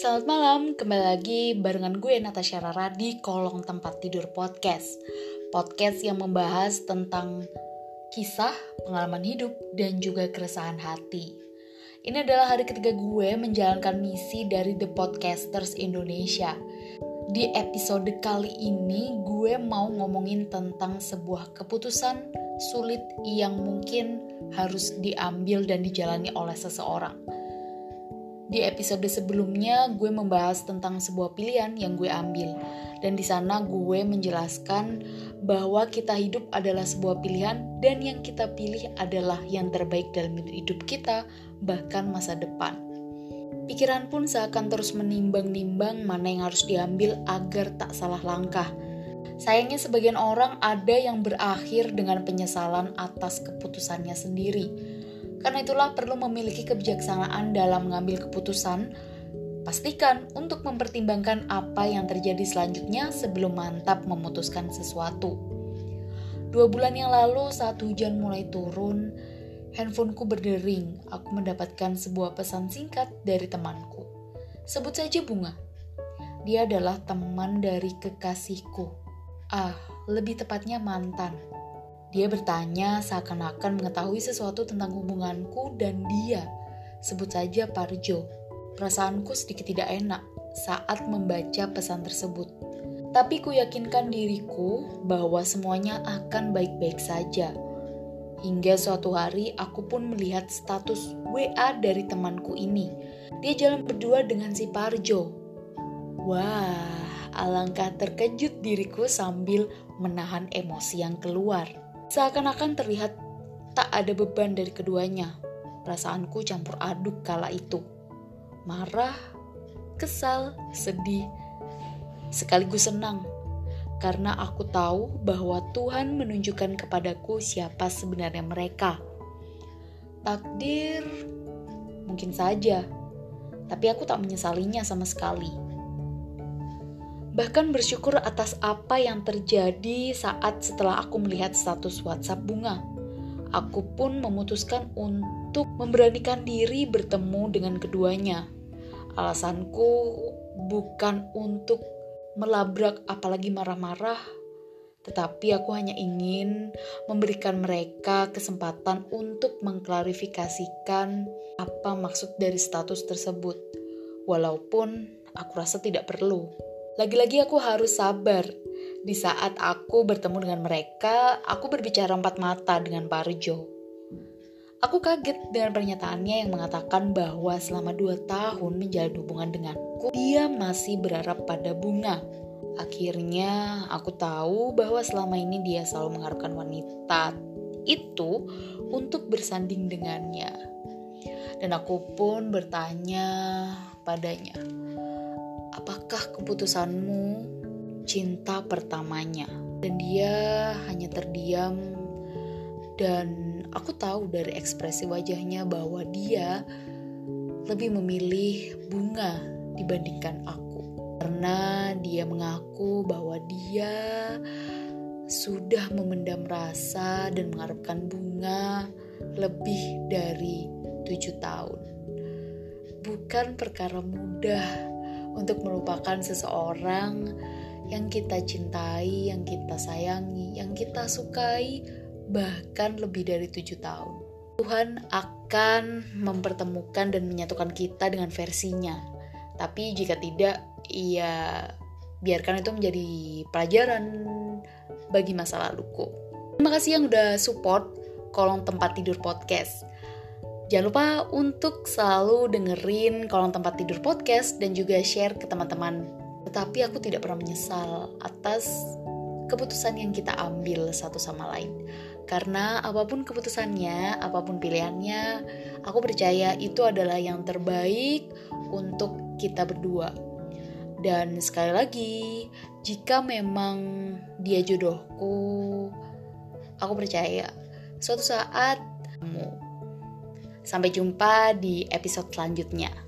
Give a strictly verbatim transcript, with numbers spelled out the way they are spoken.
Selamat malam, kembali lagi barengan gue Natasha Rara di Kolong Tempat Tidur Podcast. Podcast yang membahas tentang kisah, pengalaman hidup, dan juga keresahan hati. Ini adalah hari ketiga gue menjalankan misi dari The Podcasters Indonesia. Di episode kali ini gue mau ngomongin tentang sebuah keputusan sulit yang mungkin harus diambil dan dijalani oleh seseorang. Di episode sebelumnya gue membahas tentang sebuah pilihan yang gue ambil, dan di sana gue menjelaskan bahwa kita hidup adalah sebuah pilihan dan yang kita pilih adalah yang terbaik dalam hidup kita, bahkan masa depan. Pikiran pun seakan terus menimbang-nimbang mana yang harus diambil agar tak salah langkah. Sayangnya sebagian orang ada yang berakhir dengan penyesalan atas keputusannya sendiri. Karena itulah perlu memiliki kebijaksanaan dalam mengambil keputusan. Pastikan untuk mempertimbangkan apa yang terjadi selanjutnya sebelum mantap memutuskan sesuatu. Dua bulan yang lalu saat hujan mulai turun, handphoneku berdering. Aku mendapatkan sebuah pesan singkat dari temanku. Sebut saja Bunga. Dia adalah teman dari kekasihku. Ah, lebih tepatnya mantan. Dia bertanya seakan-akan mengetahui sesuatu tentang hubunganku dan dia. Sebut saja Parjo. Perasaanku sedikit tidak enak saat membaca pesan tersebut. Tapi ku yakinkan diriku bahwa semuanya akan baik-baik saja. Hingga suatu hari aku pun melihat status W A dari temanku ini. Dia jalan berdua dengan si Parjo. Wah, alangkah terkejut diriku sambil menahan emosi yang keluar. Seakan-akan terlihat tak ada beban dari keduanya. Perasaanku campur aduk kala itu. Marah, kesal, sedih, sekaligus senang. Karena aku tahu bahwa Tuhan menunjukkan kepadaku siapa sebenarnya mereka. Takdir, mungkin saja. Tapi aku tak menyesalinya sama sekali. Bahkan bersyukur atas apa yang terjadi saat setelah aku melihat status WhatsApp Bunga. Aku pun memutuskan untuk memberanikan diri bertemu dengan keduanya. Alasanku bukan untuk melabrak apalagi marah-marah, tetapi aku hanya ingin memberikan mereka kesempatan untuk mengklarifikasikan apa maksud dari status tersebut. Walaupun aku rasa tidak perlu. Lagi-lagi aku harus sabar. Di saat aku bertemu dengan mereka, aku berbicara empat mata dengan Parjo. Aku kaget dengan pernyataannya yang mengatakan bahwa selama dua tahun menjalin hubungan denganku, dia masih berharap pada Bunga. Akhirnya aku tahu bahwa selama ini dia selalu mengharapkan wanita itu untuk bersanding dengannya. Dan aku pun bertanya padanya, apakah keputusanmu cinta pertamanya? Dan dia hanya terdiam, dan aku tahu dari ekspresi wajahnya bahwa dia lebih memilih Bunga dibandingkan aku. Karena dia mengaku bahwa dia sudah memendam rasa dan mengharapkan Bunga lebih dari tujuh tahun. Bukan perkara mudah untuk melupakan seseorang yang kita cintai, yang kita sayangi, yang kita sukai, bahkan lebih dari tujuh tahun. Tuhan akan mempertemukan dan menyatukan kita dengan versinya. Tapi jika tidak, ya biarkan itu menjadi pelajaran bagi masa laluku. Terima kasih yang udah support Kolong Tempat Tidur Podcast. Jangan lupa untuk selalu dengerin Kolong Tempat Tidur Podcast dan juga share ke teman-teman. Tetapi aku tidak pernah menyesal atas keputusan yang kita ambil satu sama lain. Karena apapun keputusannya, apapun pilihannya, aku percaya itu adalah yang terbaik untuk kita berdua. Dan sekali lagi, jika memang dia jodohku, aku percaya suatu saat kamu. Sampai jumpa di episode selanjutnya.